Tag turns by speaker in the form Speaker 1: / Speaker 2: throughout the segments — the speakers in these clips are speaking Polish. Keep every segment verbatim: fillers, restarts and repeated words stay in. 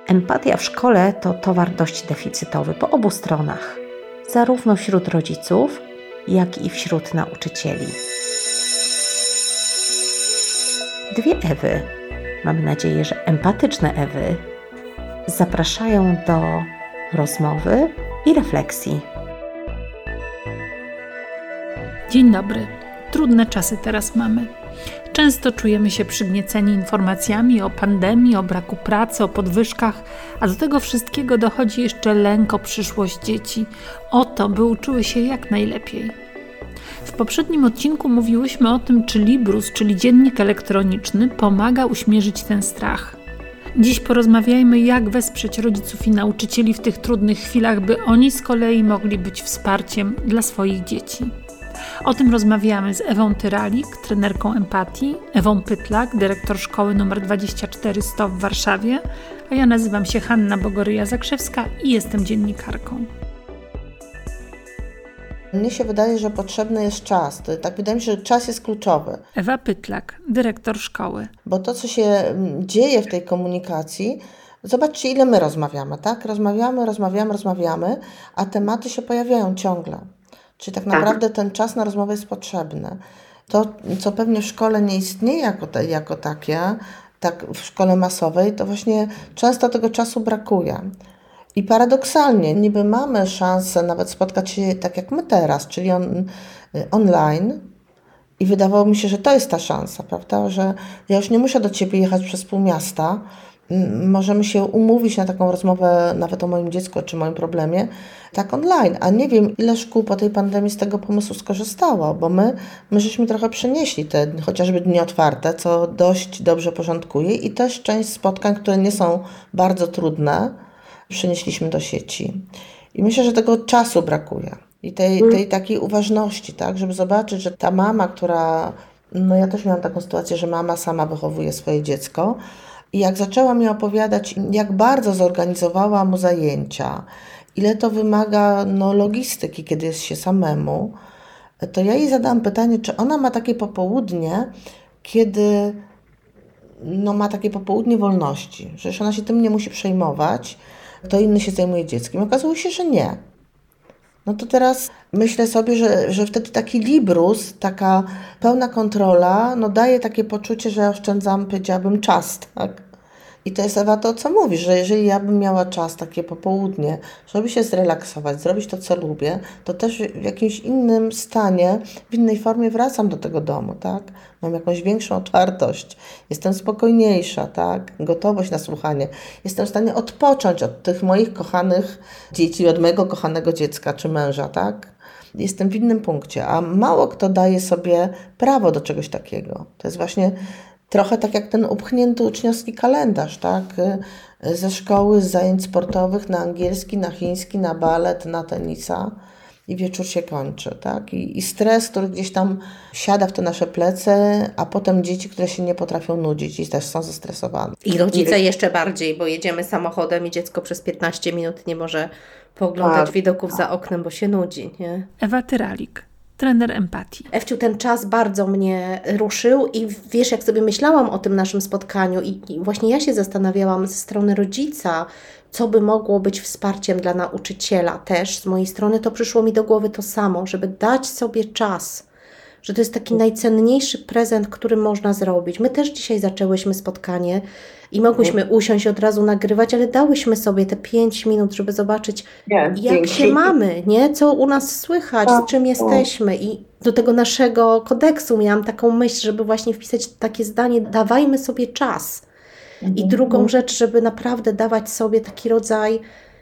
Speaker 1: Empatia w szkole to towar dość deficytowy po obu stronach, zarówno wśród rodziców, jak i wśród nauczycieli. Dwie Ewy, mamy nadzieję, że empatyczne Ewy, zapraszają do rozmowy i refleksji.
Speaker 2: Dzień dobry. Trudne czasy teraz mamy. Często czujemy się przygnieceni informacjami o pandemii, o braku pracy, o podwyżkach, a do tego wszystkiego dochodzi jeszcze lęk o przyszłość dzieci, o to, by uczyły się jak najlepiej. W poprzednim odcinku mówiłyśmy o tym, czy Librus, czyli dziennik elektroniczny, pomaga uśmierzyć ten strach. Dziś porozmawiajmy, jak wesprzeć rodziców i nauczycieli w tych trudnych chwilach, by oni z kolei mogli być wsparciem dla swoich dzieci. O tym rozmawiamy z Ewą Tyralik, trenerką empatii, Ewą Pytlak, dyrektor szkoły nr dwadzieścia cztery sto w Warszawie, a ja nazywam się Hanna Bogoryja-Zakrzewska i jestem dziennikarką.
Speaker 3: Mnie się wydaje, że potrzebny jest czas. To, tak wydaje mi się, że czas jest kluczowy.
Speaker 2: Ewa Pytlak, dyrektor szkoły.
Speaker 3: Bo to, co się dzieje w tej komunikacji, zobaczcie, ile my rozmawiamy, tak? Rozmawiamy, rozmawiamy, rozmawiamy, a tematy się pojawiają ciągle. Czyli tak naprawdę ten czas na rozmowę jest potrzebny. To, co pewnie w szkole nie istnieje jako, te, jako takie, tak w szkole masowej, to właśnie często tego czasu brakuje. I paradoksalnie, niby mamy szansę nawet spotkać się tak jak my teraz, czyli on, online. I wydawało mi się, że to jest ta szansa, prawda? Że ja już nie muszę do Ciebie jechać przez pół miasta. Możemy się umówić na taką rozmowę nawet o moim dziecku czy moim problemie, tak online. A nie wiem, ile szkół po tej pandemii z tego pomysłu skorzystało, bo my, my żeśmy trochę przenieśli te chociażby dni otwarte, co dość dobrze porządkuje i też część spotkań, które nie są bardzo trudne, przenieśliśmy do sieci. I myślę, że tego czasu brakuje i tej, tej takiej uważności, tak, żeby zobaczyć, że ta mama, która, no ja też miałam taką sytuację, że mama sama wychowuje swoje dziecko, i jak zaczęła mi opowiadać, jak bardzo zorganizowała mu zajęcia, ile to wymaga no, logistyki, kiedy jest się samemu, to ja jej zadałam pytanie, czy ona ma takie popołudnie, kiedy no, ma takie popołudnie wolności, że już ona się tym nie musi przejmować, kto inny się zajmuje dzieckiem. Okazało się, że nie. No to teraz myślę sobie, że, że wtedy taki Librus, taka pełna kontrola, no daje takie poczucie, że oszczędzam, powiedziałabym, czas, tak? I to jest, Ewa, to co mówisz, że jeżeli ja bym miała czas, takie popołudnie, żeby się zrelaksować, zrobić to, co lubię, to też w jakimś innym stanie, w innej formie wracam do tego domu, tak? Mam jakąś większą otwartość, jestem spokojniejsza, tak? Gotowość na słuchanie. Jestem w stanie odpocząć od tych moich kochanych dzieci, od mojego kochanego dziecka czy męża, tak? Jestem w innym punkcie, a mało kto daje sobie prawo do czegoś takiego. To jest właśnie trochę tak jak ten upchnięty uczniowski kalendarz, tak? Ze szkoły, z zajęć sportowych na angielski, na chiński, na balet, na tenisa i wieczór się kończy, tak? I, i stres, który gdzieś tam siada w te nasze plecy, a potem dzieci, które się nie potrafią nudzić i też są zestresowane.
Speaker 4: I rodzice I... jeszcze bardziej, bo jedziemy samochodem i dziecko przez piętnaście minut nie może pooglądać a, widoków a. za oknem, bo się nudzi, nie?
Speaker 2: Ewa Tyralik, trener empatii.
Speaker 4: Ewciu, ten czas bardzo mnie ruszył i wiesz, jak sobie myślałam o tym naszym spotkaniu i, i właśnie ja się zastanawiałam ze strony rodzica, co by mogło być wsparciem dla nauczyciela też. Z mojej strony to przyszło mi do głowy to samo, żeby dać sobie czas, że to jest taki najcenniejszy prezent, który można zrobić. My też dzisiaj zaczęłyśmy spotkanie i mogłyśmy usiąść od razu nagrywać, ale dałyśmy sobie te pięć minut, żeby zobaczyć, nie, jak dzięki. się mamy, nie? Co u nas słychać, z czym jesteśmy. I do tego naszego kodeksu miałam taką myśl, żeby właśnie wpisać takie zdanie, dawajmy sobie czas. I drugą rzecz, żeby naprawdę dawać sobie taki rodzaj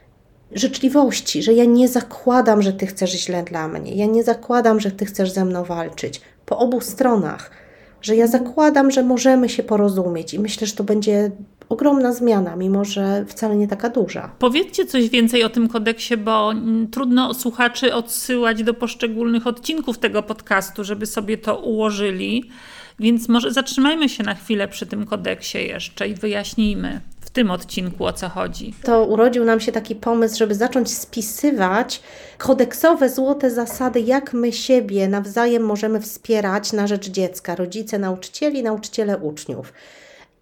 Speaker 4: życzliwości, że ja nie zakładam, że Ty chcesz źle dla mnie, ja nie zakładam, że Ty chcesz ze mną walczyć, po obu stronach, że ja zakładam, że możemy się porozumieć i myślę, że to będzie ogromna zmiana, mimo że wcale nie taka duża.
Speaker 2: Powiedzcie coś więcej o tym kodeksie, bo trudno słuchaczy odsyłać do poszczególnych odcinków tego podcastu, żeby sobie to ułożyli, więc może zatrzymajmy się na chwilę przy tym kodeksie jeszcze i wyjaśnijmy w tym odcinku, o co chodzi.
Speaker 4: To urodził nam się taki pomysł, żeby zacząć spisywać kodeksowe złote zasady, jak my siebie nawzajem możemy wspierać na rzecz dziecka, rodzice, nauczycieli, nauczyciele uczniów.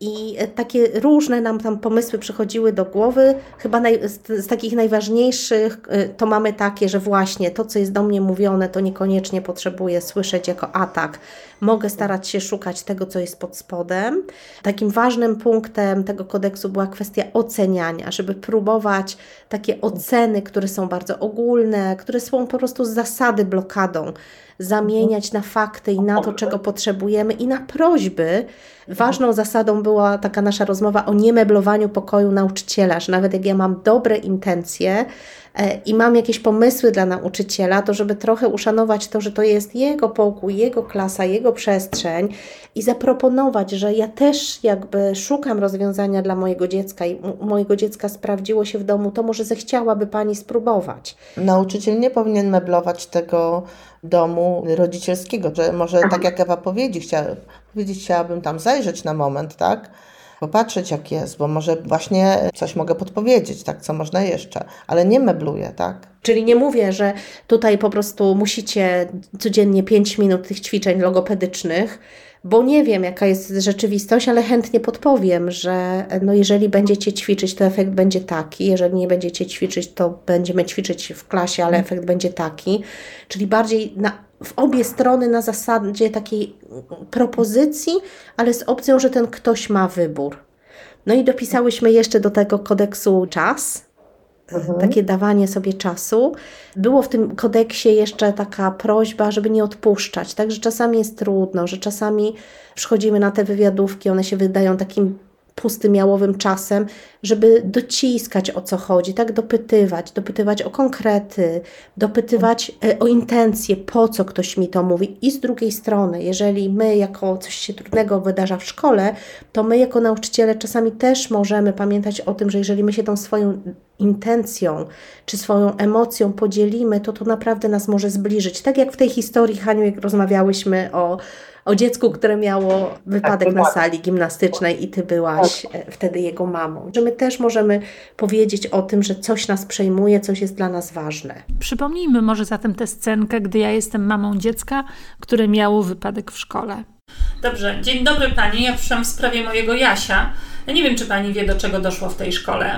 Speaker 4: I takie różne nam tam pomysły przychodziły do głowy. Chyba naj, z, z takich najważniejszych to mamy takie, że właśnie to, co jest do mnie mówione, to niekoniecznie potrzebuję słyszeć jako atak. Mogę starać się szukać tego, co jest pod spodem. Takim ważnym punktem tego kodeksu była kwestia oceniania, żeby próbować takie oceny, które są bardzo ogólne, które są po prostu z zasady blokadą, zamieniać na fakty i na to, czego potrzebujemy i na prośby. Ważną zasadą była taka nasza rozmowa o niemeblowaniu pokoju nauczyciela, że nawet jak ja mam dobre intencje e, i mam jakieś pomysły dla nauczyciela, to żeby trochę uszanować to, że to jest jego pokój, jego klasa, jego przestrzeń i zaproponować, że ja też jakby szukam rozwiązania dla mojego dziecka i u mojego dziecka sprawdziło się w domu, to może zechciałaby Pani spróbować.
Speaker 3: Nauczyciel nie powinien meblować tego domu rodzicielskiego, że może tak jak Ewa powiedzi, chciała, powiedzieć, chciałabym tam zajrzeć na moment, tak? Popatrzeć jak jest, bo może właśnie coś mogę podpowiedzieć, tak? Co można jeszcze, ale nie mebluję, tak?
Speaker 4: Czyli nie mówię, że tutaj po prostu musicie codziennie pięć minut tych ćwiczeń logopedycznych, bo nie wiem, jaka jest rzeczywistość, ale chętnie podpowiem, że no jeżeli będziecie ćwiczyć, to efekt będzie taki, jeżeli nie będziecie ćwiczyć, to będziemy ćwiczyć w klasie, ale efekt będzie taki, czyli bardziej na, w obie strony na zasadzie takiej propozycji, ale z opcją, że ten ktoś ma wybór. No i dopisałyśmy jeszcze do tego kodeksu czas, Mhm. takie dawanie sobie czasu. Było w tym kodeksie jeszcze taka prośba, żeby nie odpuszczać, tak, że czasami jest trudno, że czasami przychodzimy na te wywiadówki, one się wydają takim pustym, jałowym czasem, żeby dociskać o co chodzi, tak, dopytywać, dopytywać o konkrety, dopytywać o intencje, po co ktoś mi to mówi i z drugiej strony, jeżeli my jako coś się trudnego wydarza w szkole, to my jako nauczyciele czasami też możemy pamiętać o tym, że jeżeli my się tą swoją intencją czy swoją emocją podzielimy, to to naprawdę nas może zbliżyć. Tak jak w tej historii, Haniu, jak rozmawiałyśmy o o dziecku, które miało wypadek tak, na sali gimnastycznej i Ty byłaś tak. wtedy jego mamą. Że my też możemy powiedzieć o tym, że coś nas przejmuje, coś jest dla nas ważne.
Speaker 2: Przypomnijmy może zatem tę scenkę, gdy ja jestem mamą dziecka, które miało wypadek w szkole.
Speaker 5: Dobrze, dzień dobry Pani, ja przyszłam w sprawie mojego Jasia. Ja nie wiem, czy Pani wie, do czego doszło w tej szkole.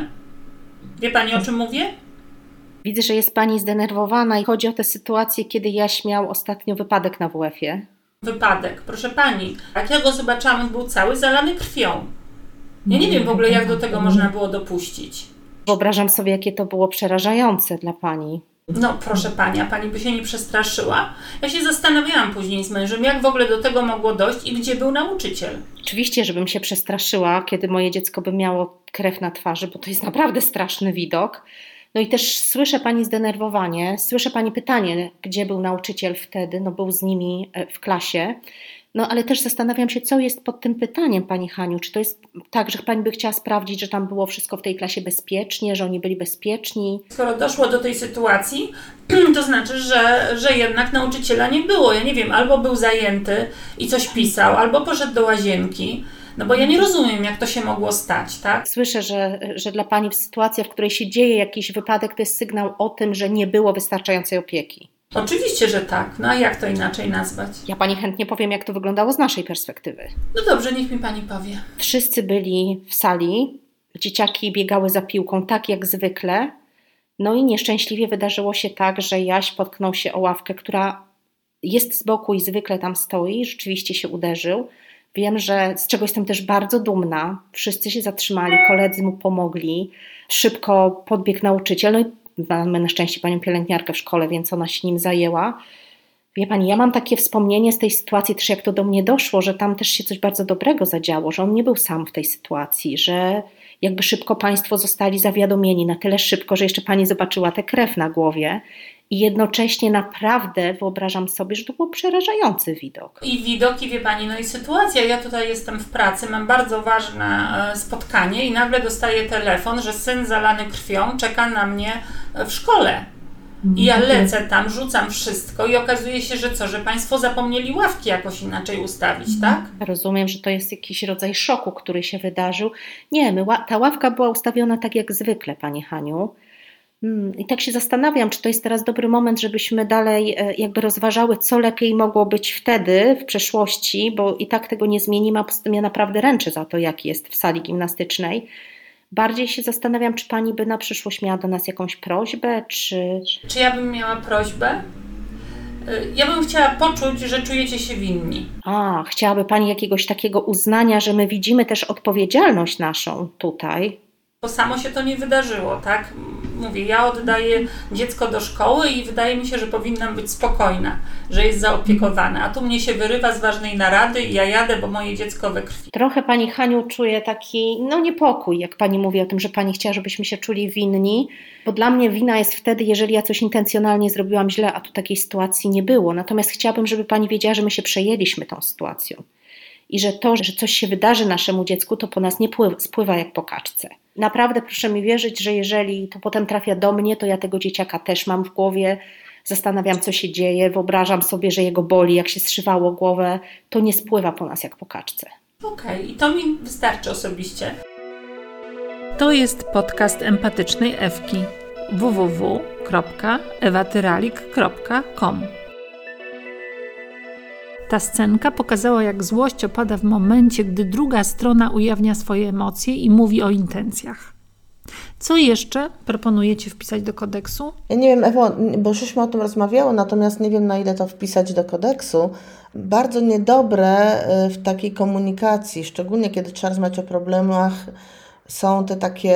Speaker 5: Wie Pani, o czym mówię?
Speaker 4: Widzę, że jest Pani zdenerwowana i chodzi o tę sytuację, kiedy Jaś miał ostatnio wypadek na W F-ie.
Speaker 5: Wypadek, proszę Pani. Jak ja go zobaczyłam, był cały zalany krwią. Ja nie wiem w ogóle, jak do tego można było dopuścić.
Speaker 4: Wyobrażam sobie, jakie to było przerażające dla Pani.
Speaker 5: No proszę Pani, a Pani by się nie przestraszyła? Ja się zastanawiałam później z mężem, jak w ogóle do tego mogło dojść i gdzie był nauczyciel.
Speaker 4: Oczywiście, żebym się przestraszyła, kiedy moje dziecko by miało krew na twarzy, bo to jest naprawdę straszny widok. No i też słyszę Pani zdenerwowanie, słyszę Pani pytanie, gdzie był nauczyciel wtedy, no był z nimi w klasie. No ale też zastanawiam się, co jest pod tym pytaniem, Pani Haniu. Czy to jest tak, że Pani by chciała sprawdzić, że tam było wszystko w tej klasie bezpiecznie, że oni byli bezpieczni?
Speaker 5: Skoro doszło do tej sytuacji, to znaczy, że, że jednak nauczyciela nie było. Ja nie wiem, albo był zajęty i coś pisał, albo poszedł do łazienki. No bo ja nie rozumiem, jak to się mogło stać, tak?
Speaker 4: Słyszę, że, że dla Pani sytuacja, w której się dzieje jakiś wypadek, to jest sygnał o tym, że nie było wystarczającej opieki.
Speaker 5: Oczywiście, że tak. No a jak to inaczej nazwać?
Speaker 4: Ja Pani chętnie powiem, jak to wyglądało z naszej perspektywy.
Speaker 5: No dobrze, niech mi Pani powie.
Speaker 4: Wszyscy byli w sali, dzieciaki biegały za piłką tak jak zwykle, no i nieszczęśliwie wydarzyło się tak, że Jaś potknął się o ławkę, która jest z boku i zwykle tam stoi, rzeczywiście się uderzył. Wiem, że z czego jestem też bardzo dumna, wszyscy się zatrzymali, koledzy mu pomogli, szybko podbiegł nauczyciel, no i mamy na szczęście panią pielęgniarkę w szkole, więc ona się nim zajęła. Wie Pani, ja mam takie wspomnienie z tej sytuacji też, jak to do mnie doszło, że tam też się coś bardzo dobrego zadziało, że on nie był sam w tej sytuacji, że jakby szybko Państwo zostali zawiadomieni, na tyle szybko, że jeszcze Pani zobaczyła tę krew na głowie i jednocześnie naprawdę wyobrażam sobie, że to był przerażający widok.
Speaker 5: I widok, i wie Pani, no i sytuacja. Ja tutaj jestem w pracy, mam bardzo ważne spotkanie i nagle dostaję telefon, że syn zalany krwią czeka na mnie w szkole. I ja lecę tam, rzucam wszystko i okazuje się, że co, że Państwo zapomnieli ławki jakoś inaczej ustawić, tak?
Speaker 4: Rozumiem, że to jest jakiś rodzaj szoku, który się wydarzył. Nie, my, ta ławka była ustawiona tak jak zwykle, Pani Haniu. Hmm, I tak się zastanawiam, czy to jest teraz dobry moment, żebyśmy dalej e, jakby rozważały, co lepiej mogło być wtedy, w przeszłości, bo i tak tego nie zmienimy, a poza tym ja naprawdę ręczę za to, jak jest w sali gimnastycznej. Bardziej się zastanawiam, czy Pani by na przyszłość miała do nas jakąś prośbę, czy...
Speaker 5: Czy ja bym miała prośbę? Ja bym chciała poczuć, że czujecie się winni.
Speaker 4: A, chciałaby Pani jakiegoś takiego uznania, że my widzimy też odpowiedzialność naszą tutaj.
Speaker 5: Bo samo się to nie wydarzyło, tak? Mówię, ja oddaję dziecko do szkoły i wydaje mi się, że powinnam być spokojna, że jest zaopiekowane, a tu mnie się wyrywa z ważnej narady i ja jadę, bo moje dziecko we krwi.
Speaker 4: Trochę Pani, Haniu, czuje taki, no niepokój, jak Pani mówi o tym, że Pani chciała, żebyśmy się czuli winni, bo dla mnie wina jest wtedy, jeżeli ja coś intencjonalnie zrobiłam źle, a tu takiej sytuacji nie było. Natomiast chciałabym, żeby Pani wiedziała, że my się przejęliśmy tą sytuacją i że to, że coś się wydarzy naszemu dziecku, to po nas nie pływa, spływa jak po kaczce. Naprawdę proszę mi wierzyć, że jeżeli to potem trafia do mnie, to ja tego dzieciaka też mam w głowie, zastanawiam, co się dzieje, wyobrażam sobie, że jego boli, jak się zszywało głowę, to nie spływa po nas jak po kaczce.
Speaker 5: Okej, okay, i to mi wystarczy osobiście.
Speaker 2: To jest podcast empatycznej Ewki. w w w kropka ewa tyralik kropka com. Ta scenka pokazała, jak złość opada w momencie, gdy druga strona ujawnia swoje emocje i mówi o intencjach. Co jeszcze proponujecie wpisać do kodeksu?
Speaker 3: Ja nie wiem, Ewo, bo żeśmy o tym rozmawiały, natomiast nie wiem, na ile to wpisać do kodeksu. Bardzo niedobre w takiej komunikacji, szczególnie kiedy trzeba rozmawiać o problemach, są te takie,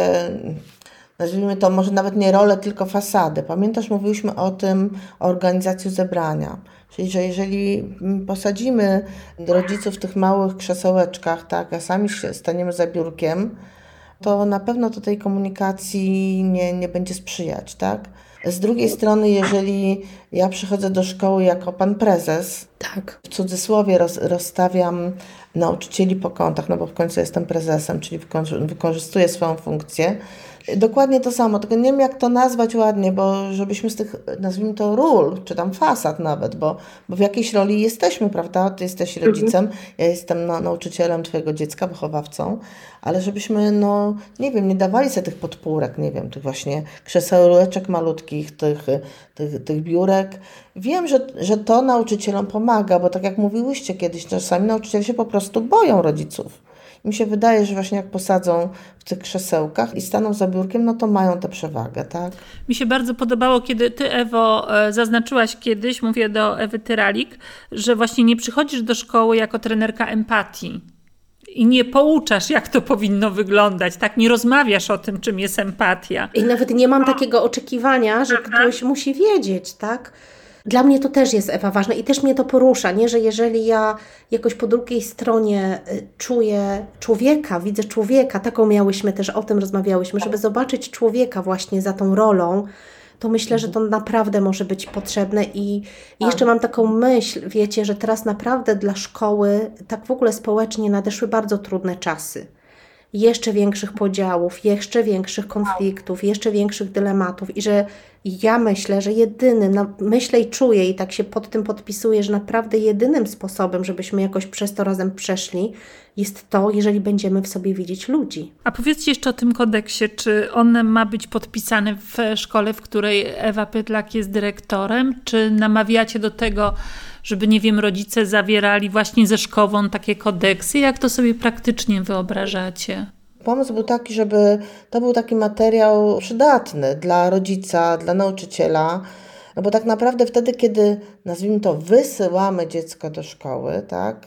Speaker 3: nazwijmy to może nawet nie role, tylko fasady. Pamiętasz, mówiliśmy o tym, o organizacji zebrania. Czyli, że jeżeli posadzimy rodziców w tych małych krzesełeczkach, tak, a sami się staniemy za biurkiem, to na pewno to tej komunikacji nie, nie będzie sprzyjać, tak? Z drugiej strony, jeżeli ja przychodzę do szkoły jako pan prezes,
Speaker 4: tak,
Speaker 3: w cudzysłowie roz, rozstawiam nauczycieli po kątach, no bo w końcu jestem prezesem, czyli wykorzystuję swoją funkcję, dokładnie to samo, tylko nie wiem, jak to nazwać ładnie, bo żebyśmy z tych, nazwijmy to, ról, czy tam fasad nawet, bo, bo w jakiejś roli jesteśmy, prawda? Ty jesteś rodzicem, mhm. ja jestem no, nauczycielem twojego dziecka, wychowawcą, ale żebyśmy, no, nie wiem, nie dawali sobie tych podpórek, nie wiem, tych właśnie krzesełeczek malutkich, tych, tych, tych biurek. Wiem, że, że to nauczycielom pomaga, bo tak jak mówiłyście kiedyś, czasami nauczyciele się po prostu boją rodziców. Mi się wydaje, że właśnie jak posadzą w tych krzesełkach i staną za biurkiem, no to mają tę przewagę, tak?
Speaker 2: Mi się bardzo podobało, kiedy ty, Ewo, zaznaczyłaś kiedyś, mówię do Ewy Tyralik, że właśnie nie przychodzisz do szkoły jako trenerka empatii i nie pouczasz, jak to powinno wyglądać, tak? Nie rozmawiasz o tym, czym jest empatia.
Speaker 4: I nawet nie mam takiego oczekiwania, że ktoś musi wiedzieć, tak? Dla mnie to też jest, Ewa, ważne i też mnie to porusza, nie? Że jeżeli ja jakoś po drugiej stronie czuję człowieka, widzę człowieka, taką miałyśmy też, o tym rozmawiałyśmy, żeby zobaczyć człowieka właśnie za tą rolą, to myślę, że to naprawdę może być potrzebne i jeszcze mam taką myśl, wiecie, że teraz naprawdę dla szkoły, tak w ogóle społecznie nadeszły bardzo trudne czasy. Jeszcze większych podziałów, jeszcze większych konfliktów, jeszcze większych dylematów i że ja myślę, że jedynym, no myślę i czuję i tak się pod tym podpisuję, że naprawdę jedynym sposobem, żebyśmy jakoś przez to razem przeszli, jest to, jeżeli będziemy w sobie widzieć ludzi.
Speaker 2: A powiedzcie jeszcze o tym kodeksie, czy on ma być podpisany w szkole, w której Ewa Pytlak jest dyrektorem, czy namawiacie do tego, żeby, nie wiem, rodzice zawierali właśnie ze szkołą takie kodeksy? Jak to sobie praktycznie wyobrażacie?
Speaker 3: Pomysł był taki, żeby to był taki materiał przydatny dla rodzica, dla nauczyciela, no bo tak naprawdę wtedy, kiedy, nazwijmy to, wysyłamy dziecko do szkoły, tak,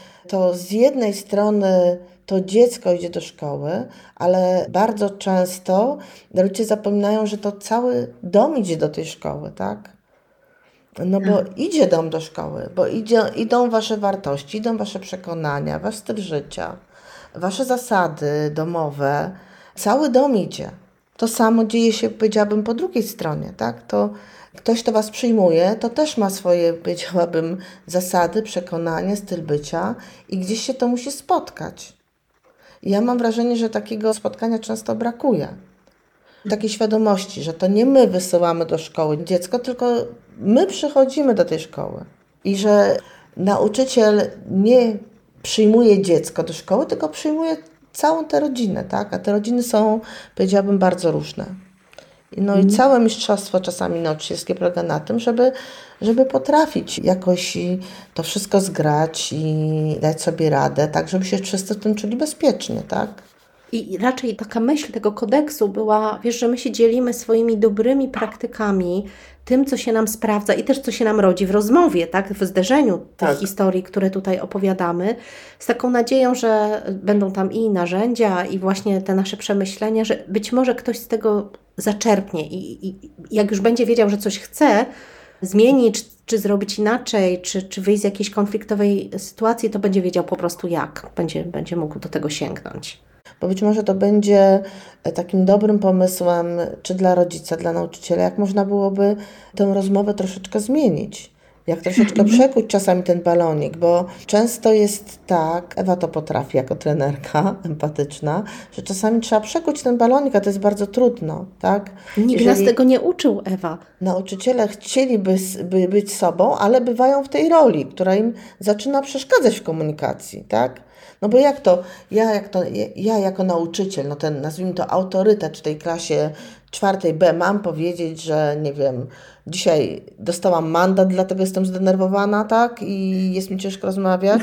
Speaker 3: to z jednej strony to dziecko idzie do szkoły, ale bardzo często rodzice zapominają, że to cały dom idzie do tej szkoły, tak? No bo idzie dom do szkoły, bo idzie, idą wasze wartości, idą wasze przekonania, wasz styl życia, wasze zasady domowe, cały dom idzie. To samo dzieje się, powiedziałabym, po drugiej stronie, tak? To ktoś, kto was przyjmuje, to też ma swoje, powiedziałabym, zasady, przekonania, styl bycia i gdzieś się to musi spotkać. I ja mam wrażenie, że takiego spotkania często brakuje. Takiej świadomości, że to nie my wysyłamy do szkoły dziecko, tylko my przychodzimy do tej szkoły. I że nauczyciel nie przyjmuje dziecko do szkoły, tylko przyjmuje całą tę rodzinę, tak? A te rodziny są, powiedziałabym, bardzo różne. No i całe mistrzostwo czasami nauczycielskie polega na tym, żeby, żeby potrafić jakoś to wszystko zgrać i dać sobie radę, tak żeby się wszyscy w tym czuli bezpiecznie, tak?
Speaker 4: I raczej taka myśl tego kodeksu była, wiesz, że my się dzielimy swoimi dobrymi praktykami, tym, co się nam sprawdza i też, co się nam rodzi w rozmowie, tak, w zderzeniu tych
Speaker 3: Tak.
Speaker 4: historii, które tutaj opowiadamy, z taką nadzieją, że będą tam i narzędzia, i właśnie te nasze przemyślenia, że być może ktoś z tego zaczerpnie i, i jak już będzie wiedział, że coś chce zmienić, czy, czy zrobić inaczej, czy, czy wyjść z jakiejś konfliktowej sytuacji, to będzie wiedział po prostu jak, będzie, będzie mógł do tego sięgnąć.
Speaker 3: Bo być może to będzie takim dobrym pomysłem, czy dla rodzica, dla nauczyciela, jak można byłoby tę rozmowę troszeczkę zmienić. Jak troszeczkę przekuć czasami ten balonik, bo często jest tak, Ewa to potrafi jako trenerka empatyczna, że czasami trzeba przekuć ten balonik, a to jest bardzo trudno, tak?
Speaker 4: Nikt
Speaker 3: Jeżeli
Speaker 4: nas tego nie uczył, Ewa.
Speaker 3: nauczyciele chcieliby by być sobą, ale bywają w tej roli, która im zaczyna przeszkadzać w komunikacji, tak? No bo jak to, ja, jak to, ja jako nauczyciel, no ten nazwijmy to autorytet w tej klasie czwartej B mam powiedzieć, że nie wiem, dzisiaj dostałam mandat, dlatego jestem zdenerwowana, tak? I jest mi ciężko rozmawiać.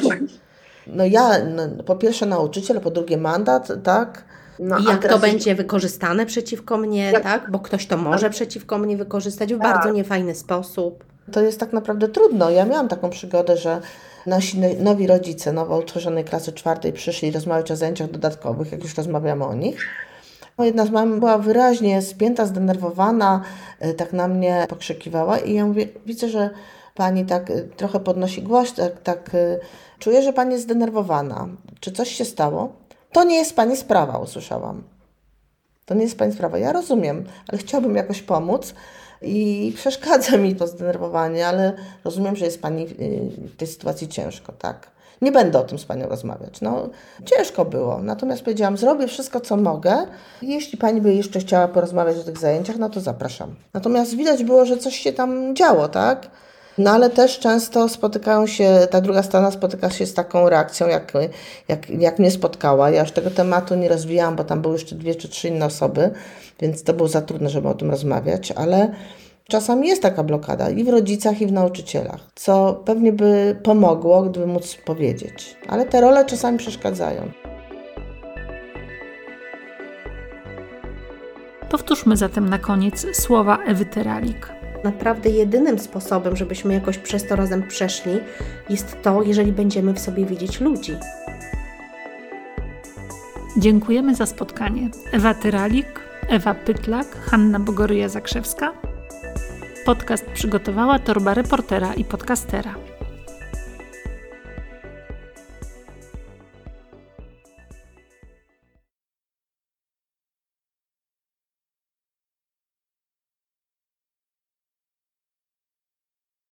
Speaker 3: No ja, no, po pierwsze nauczyciel, po drugie mandat, tak? No,
Speaker 4: I
Speaker 3: a
Speaker 4: jak to
Speaker 3: teraz
Speaker 4: będzie wykorzystane przeciwko mnie,
Speaker 3: Jak-
Speaker 4: tak? Bo ktoś to może przeciwko mnie wykorzystać w bardzo niefajny sposób.
Speaker 3: To jest tak naprawdę trudno. Ja miałam taką przygodę, że nasi no- nowi rodzice nowo utworzonej klasy czwartej przyszli rozmawiać o zajęciach dodatkowych, jak już rozmawiamy o nich. No, jedna z mam była wyraźnie spięta, zdenerwowana, y, tak na mnie pokrzykiwała i ja mówię, widzę, że pani tak y, trochę podnosi głos, tak, tak y, czuję, że pani jest zdenerwowana. Czy coś się stało? To nie jest pani sprawa, usłyszałam. To nie jest pani sprawa. Ja rozumiem, ale chciałabym jakoś pomóc i przeszkadza mi to zdenerwowanie, ale rozumiem, że jest pani w tej sytuacji ciężko, tak? Nie będę o tym z panią rozmawiać. No, ciężko było. Natomiast powiedziałam, zrobię wszystko, co mogę. Jeśli pani by jeszcze chciała porozmawiać o tych zajęciach, no to zapraszam. Natomiast widać było, że coś się tam działo, tak? No ale też często spotykają się, ta druga strona spotyka się z taką reakcją, jak, jak, jak mnie spotkała. Ja już tego tematu nie rozwijałam, bo tam były jeszcze dwie czy trzy inne osoby, więc to było za trudne, żeby o tym rozmawiać, ale czasami jest taka blokada i w rodzicach, i w nauczycielach, co pewnie by pomogło, gdyby móc powiedzieć. Ale te role czasami przeszkadzają.
Speaker 2: Powtórzmy zatem na koniec słowa Ewy Teralik.
Speaker 4: Naprawdę jedynym sposobem, żebyśmy jakoś przez to razem przeszli, jest to, jeżeli będziemy w sobie widzieć ludzi.
Speaker 2: Dziękujemy za spotkanie. Ewa Teralik, Ewa Pytlak, Hanna Bogoryja-Zakrzewska. Podcast przygotowała Torba Reportera i Podcastera.